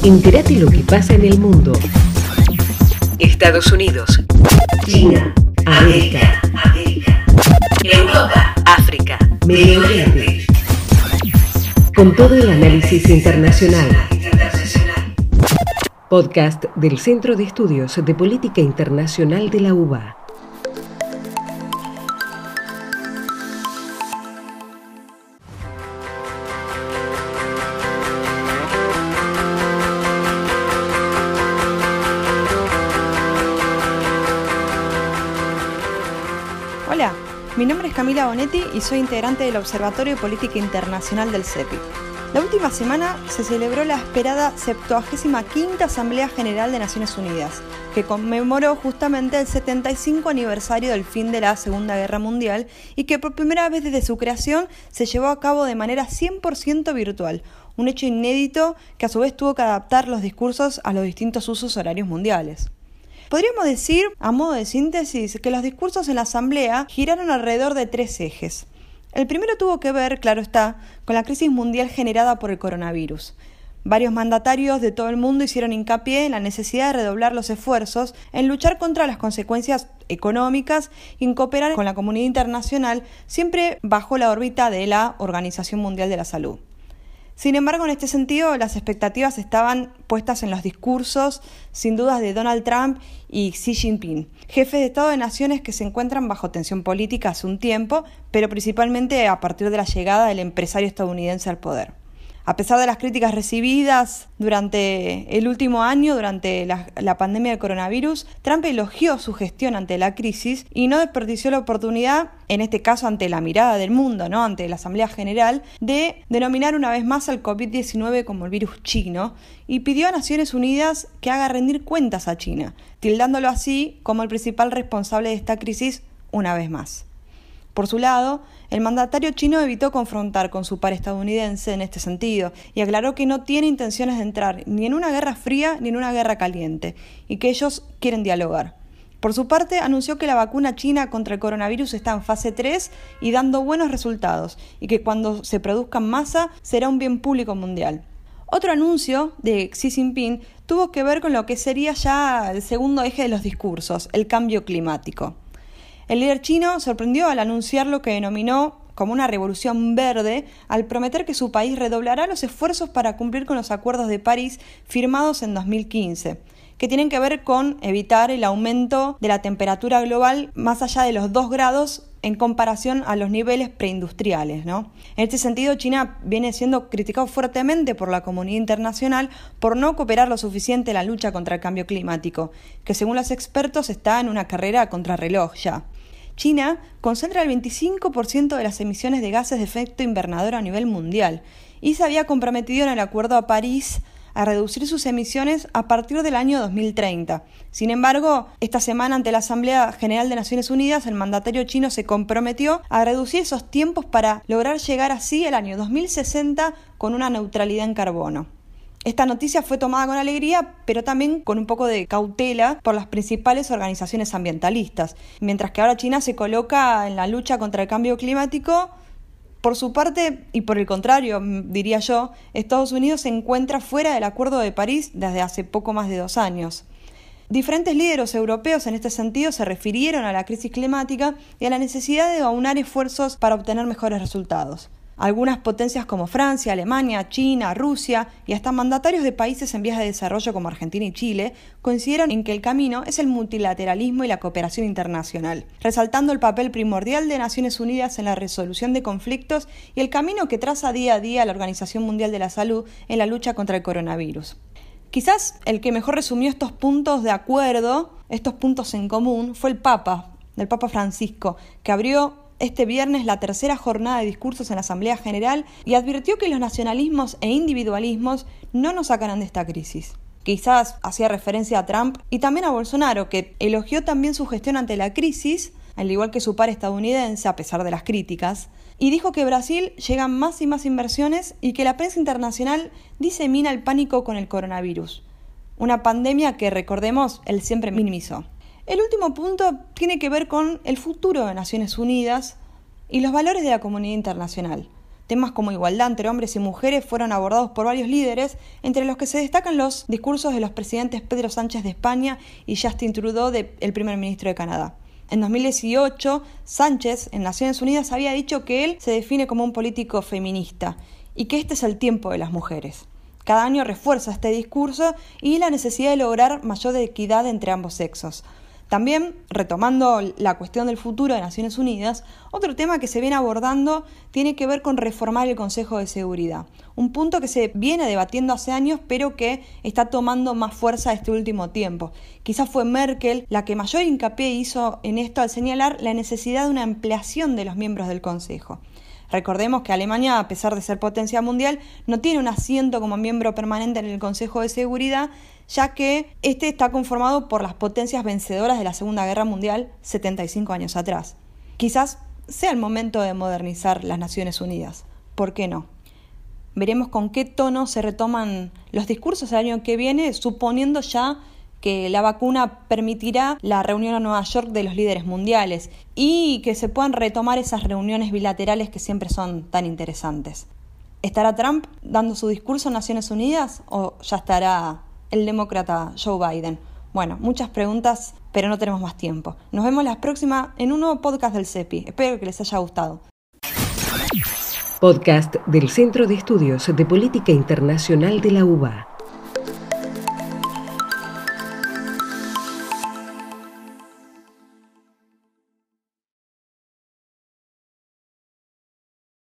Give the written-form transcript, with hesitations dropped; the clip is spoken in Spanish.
Entérate lo que pasa en el mundo. Estados Unidos, China, América, Europa, África, Medio Oriente. Con todo el análisis internacional. Podcast del Centro de Estudios de Política Internacional de la UBA. Hola, mi nombre es Camila Bonetti y soy integrante del Observatorio de Política Internacional del CEPI. La última semana se celebró la esperada 75ª Asamblea General de Naciones Unidas, que conmemoró justamente el 75 aniversario del fin de la Segunda Guerra Mundial y que por primera vez desde su creación se llevó a cabo de manera 100% virtual, un hecho inédito que a su vez tuvo que adaptar los discursos a los distintos usos horarios mundiales. Podríamos decir, a modo de síntesis, que los discursos en la Asamblea giraron alrededor de tres ejes. El primero tuvo que ver, claro está, con la crisis mundial generada por el coronavirus. Varios mandatarios de todo el mundo hicieron hincapié en la necesidad de redoblar los esfuerzos en luchar contra las consecuencias económicas y en cooperar con la comunidad internacional, siempre bajo la órbita de la Organización Mundial de la Salud. Sin embargo, en este sentido, las expectativas estaban puestas en los discursos, sin dudas, de Donald Trump y Xi Jinping, jefes de Estado de naciones que se encuentran bajo tensión política hace un tiempo, pero principalmente a partir de la llegada del empresario estadounidense al poder. A pesar de las críticas recibidas durante el último año, durante la pandemia del coronavirus, Trump elogió su gestión ante la crisis y no desperdició la oportunidad, en este caso ante la mirada del mundo, ante la Asamblea General, de denominar una vez más al COVID-19 como el virus chino y pidió a Naciones Unidas que haga rendir cuentas a China, tildándolo así como el principal responsable de esta crisis una vez más. Por su lado, el mandatario chino evitó confrontar con su par estadounidense en este sentido y aclaró que no tiene intenciones de entrar ni en una guerra fría ni en una guerra caliente y que ellos quieren dialogar. Por su parte, anunció que la vacuna china contra el coronavirus está en fase 3 y dando buenos resultados y que cuando se produzca en masa será un bien público mundial. Otro anuncio de Xi Jinping tuvo que ver con lo que sería ya el segundo eje de los discursos, el cambio climático. El líder chino sorprendió al anunciar lo que denominó como una revolución verde, al prometer que su país redoblará los esfuerzos para cumplir con los acuerdos de París firmados en 2015, que tienen que ver con evitar el aumento de la temperatura global más allá de los 2 grados en comparación a los niveles preindustriales, En este sentido, China viene siendo criticado fuertemente por la comunidad internacional por no cooperar lo suficiente en la lucha contra el cambio climático, que según los expertos está en una carrera a contrarreloj ya. China concentra el 25% de las emisiones de gases de efecto invernadero a nivel mundial y se había comprometido en el Acuerdo de París a reducir sus emisiones a partir del año 2030. Sin embargo, esta semana ante la Asamblea General de Naciones Unidas, el mandatario chino se comprometió a reducir esos tiempos para lograr llegar así al año 2060 con una neutralidad en carbono. Esta noticia fue tomada con alegría, pero también con un poco de cautela por las principales organizaciones ambientalistas. Mientras que ahora China se coloca en la lucha contra el cambio climático, por su parte, y por el contrario, diría yo, Estados Unidos se encuentra fuera del Acuerdo de París desde hace poco más de 2 años. Diferentes líderes europeos en este sentido se refirieron a la crisis climática y a la necesidad de aunar esfuerzos para obtener mejores resultados. Algunas potencias como Francia, Alemania, China, Rusia y hasta mandatarios de países en vías de desarrollo como Argentina y Chile coincidieron en que el camino es el multilateralismo y la cooperación internacional, resaltando el papel primordial de Naciones Unidas en la resolución de conflictos y el camino que traza día a día la Organización Mundial de la Salud en la lucha contra el coronavirus. Quizás el que mejor resumió estos puntos de acuerdo, estos puntos en común, fue el Papa Francisco, que abrió este viernes la tercera jornada de discursos en la Asamblea General y advirtió que los nacionalismos e individualismos no nos sacarán de esta crisis. Quizás hacía referencia a Trump y también a Bolsonaro, que elogió también su gestión ante la crisis, al igual que su par estadounidense, a pesar de las críticas, y dijo que Brasil llegan más y más inversiones y que la prensa internacional disemina el pánico con el coronavirus, una pandemia que, recordemos, él siempre minimizó. El último punto tiene que ver con el futuro de Naciones Unidas y los valores de la comunidad internacional. Temas como igualdad entre hombres y mujeres fueron abordados por varios líderes, entre los que se destacan los discursos de los presidentes Pedro Sánchez de España y Justin Trudeau, el primer ministro de Canadá. En 2018, Sánchez, en Naciones Unidas, había dicho que él se define como un político feminista y que este es el tiempo de las mujeres. Cada año refuerza este discurso y la necesidad de lograr mayor equidad entre ambos sexos. También, retomando la cuestión del futuro de Naciones Unidas, otro tema que se viene abordando tiene que ver con reformar el Consejo de Seguridad. Un punto que se viene debatiendo hace años, pero que está tomando más fuerza este último tiempo. Quizás fue Merkel la que mayor hincapié hizo en esto al señalar la necesidad de una ampliación de los miembros del Consejo. Recordemos que Alemania, a pesar de ser potencia mundial, no tiene un asiento como miembro permanente en el Consejo de Seguridad, ya que este está conformado por las potencias vencedoras de la Segunda Guerra Mundial 75 años atrás. Quizás sea el momento de modernizar las Naciones Unidas. ¿Por qué no? Veremos con qué tono se retoman los discursos el año que viene, suponiendo ya que la vacuna permitirá la reunión en Nueva York de los líderes mundiales y que se puedan retomar esas reuniones bilaterales que siempre son tan interesantes. ¿Estará Trump dando su discurso en Naciones Unidas o ya estará el demócrata Joe Biden? Bueno, muchas preguntas, pero no tenemos más tiempo. Nos vemos la próxima en un nuevo podcast del CEPI. Espero que les haya gustado. Podcast del Centro de Estudios de Política Internacional de la UBA.